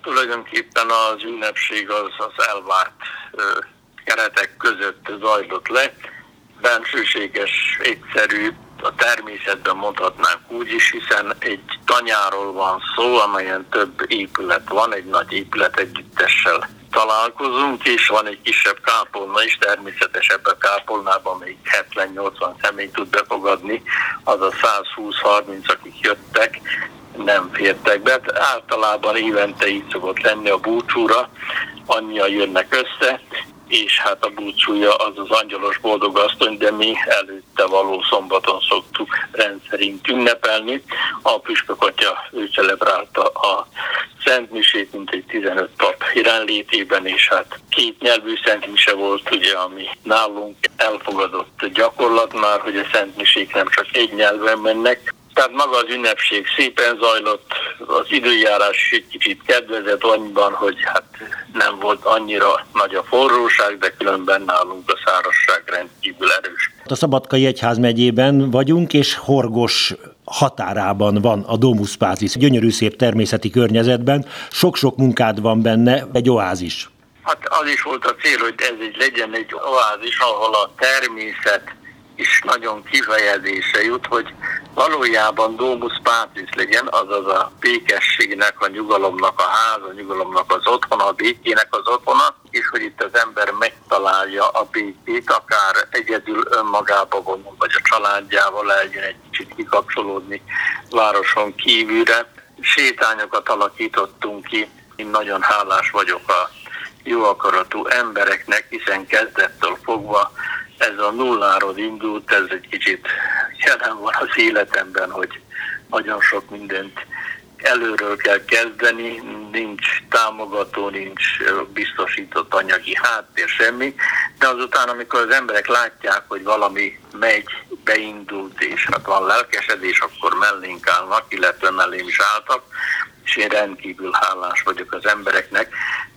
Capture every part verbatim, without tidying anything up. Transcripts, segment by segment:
tulajdonképpen az ünnepség az, az elvárt ö, keretek között zajlott le. Bensőséges, egyszerű, a természetben mondhatnánk úgy is, hiszen egy tanyáról van szó, amelyen több épület van, egy nagy épület együttessel találkozunk, és van egy kisebb kápolna is, természetesen ebben a kápolnában még hetven-nyolcvan személy tud befogadni, az a száz húsz-harminc, akik jöttek, nem fértek be. Általában évente így szokott lenni a búcsúra, annyian jönnek össze, és hát a búcsúja az az angyalos boldogasszony, de mi előtte való szombaton szoktuk rendszerint ünnepelni. A püspök atya, ő celebrálta a szentmisét, mint egy tizenöt pap jelenlétében, és hát két nyelvű szentmise volt, ugye, ami nálunk elfogadott gyakorlat már, hogy a szentmisék nem csak egy nyelven mennek. Tehát maga az ünnepség szépen zajlott, az időjárás egy kicsit kedvezett annyiban, hogy hát nem volt annyira nagy a forróság, de különben nálunk a szárazság rendkívül erős. A Szabadkai Egyházmegyében vagyunk, és Horgos határában van a Domus Patris, gyönyörű szép természeti környezetben, sok-sok munkád van benne, egy oázis. Hát az is volt a cél, hogy ez egy legyen egy oázis, ahol a természet is nagyon kifejezésre jut, hogy valójában Domus Patris legyen, azaz a békességnek, a nyugalomnak a háza, a nyugalomnak az otthona, a békének az otthona, és hogy itt az ember megtalálja a békét, akár egyedül önmagába vonul, vagy a családjával legyen egy kicsit kikapcsolódni városon kívülre. Sétányokat alakítottunk ki, én nagyon hálás vagyok a jó akaratú embereknek, hiszen kezdettől fogva ez a nulláról indult, ez egy kicsit jelen van az életemben, hogy nagyon sok mindent előről kell kezdeni, nincs támogató, nincs biztosított anyagi háttér, semmi, de azután, amikor az emberek látják, hogy valami megy, beindult, és hát van lelkesedés, akkor mellénk állnak, illetve mellém is álltak, és én rendkívül hálás vagyok az embereknek.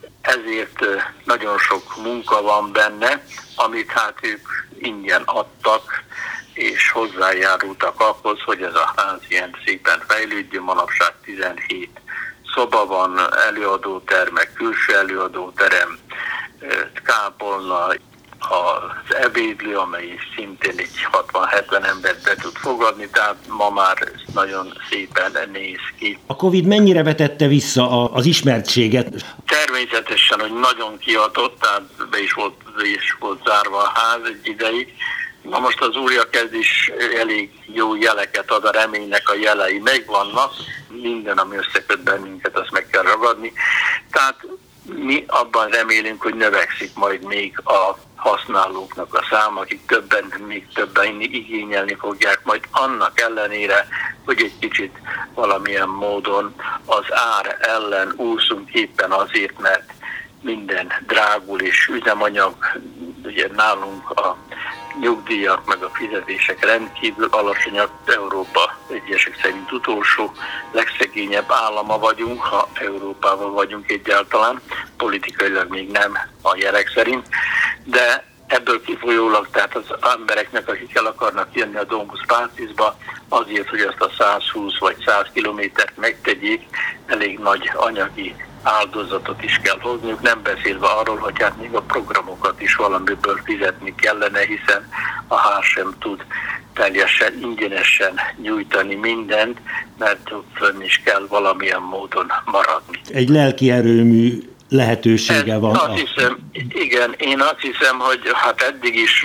Ezért nagyon sok munka van benne, amit hát ők ingyen adtak, és hozzájárultak ahhoz, hogy ez a ház ilyen szépen fejlődjön. Manapság tizenhét szoba van, előadótermek, külső előadóterem, kápolna, az ebédlő, amely szintén egy hatvan-hetven embert be tud fogadni, tehát ma már nagyon szépen néz ki. A Covid mennyire vetette vissza az ismertséget? Természetesen, hogy nagyon kihatott, tehát be is volt, be is volt zárva a ház egy ideig. Na most az újrakezd is elég jó jeleket ad, a reménynek a jelei megvannak, minden, ami összeköt bennünket, azt meg kell ragadni. Tehát mi abban remélünk, hogy növekszik majd még a használóknak a száma, akik többen, még többen igényelni fogják, majd annak ellenére, hogy egy kicsit valamilyen módon az ár ellen úszunk éppen azért, mert minden drágul és üzemanyag, ugye nálunk a nyugdíjak meg a fizetések rendkívül alacsonyak, Európa egyesek szerint utolsó, legszegényebb állama vagyunk, ha Európában vagyunk egyáltalán, politikailag még nem a jelek szerint, de ebből kifolyólag, tehát az embereknek, akik el akarnak jönni a Domus Patrisba, azért, hogy azt a száz húsz vagy száz kilométert megtegyék, elég nagy anyagi áldozatot is kell hozniuk, nem beszélve arról, hogy hát még a programokat is valamiből fizetni kellene, hiszen a ház sem tud teljesen ingyenesen nyújtani mindent, mert ott fönn is kell valamilyen módon maradni. Egy lelki erőmű lehetősége ez, van. Azt hiszem, igen, én azt hiszem, hogy hát eddig is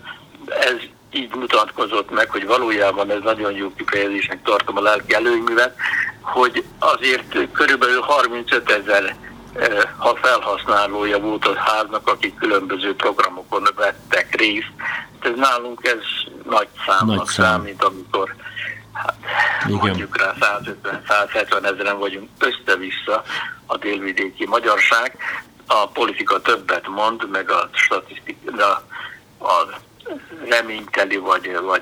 ez így mutatkozott meg, hogy valójában ez nagyon jó kifejezésnek tartom a lelki előművet, hogy azért körülbelül harmincöt ezer ha felhasználója volt a háznak, akik különböző programokon vettek részt. Ez nálunk ez nagy számnak nagy szám. számít, amikor hát, mondjuk rá száz ötven-száz hetven ezeren vagyunk össze-vissza a délvidéki magyarság. A politika többet mond, meg a statisztika, a reményteli vagy, vagy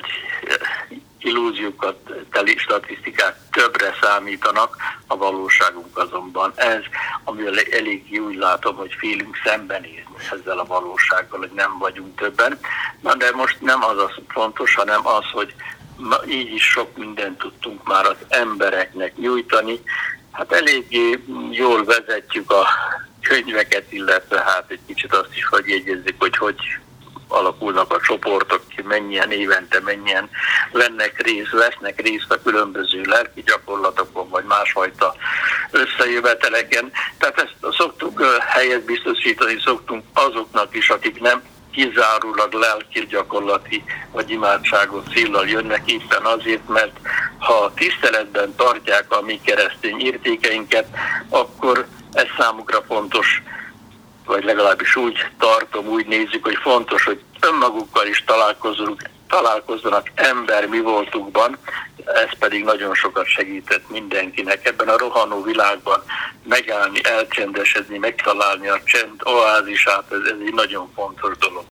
illúziókat teli statisztikák többre számítanak, a valóságunk azonban ez, amivel elég úgy látom, hogy félünk szembenézni ezzel a valósággal, hogy nem vagyunk többen. Na de most nem az a fontos, hanem az, hogy így is sok mindent tudtunk már az embereknek nyújtani, Hát eléggé jól vezetjük a könyveket, illetve hát egy kicsit azt is hogy jegyezzük, hogy hogy alakulnak a csoportok, mennyien évente, mennyien vennek részt, vesznek részt a különböző lelki gyakorlatokon, vagy másfajta összejöveteleken. Tehát ezt szoktuk helyet biztosítani, szoktunk azoknak is, akik nem kizárólag lelki gyakorlati vagy imádságos céllal jönnek, éppen azért, mert ha tiszteletben tartják a mi keresztény értékeinket, akkor ez számukra fontos, vagy legalábbis úgy tartom, úgy nézzük, hogy fontos, hogy önmagukkal is találkozunk, találkozzanak ember mi voltukban, ez pedig nagyon sokat segített mindenkinek ebben a rohanó világban megállni, elcsendesedni, megtalálni a csend oázisát, ez, ez egy nagyon fontos dolog.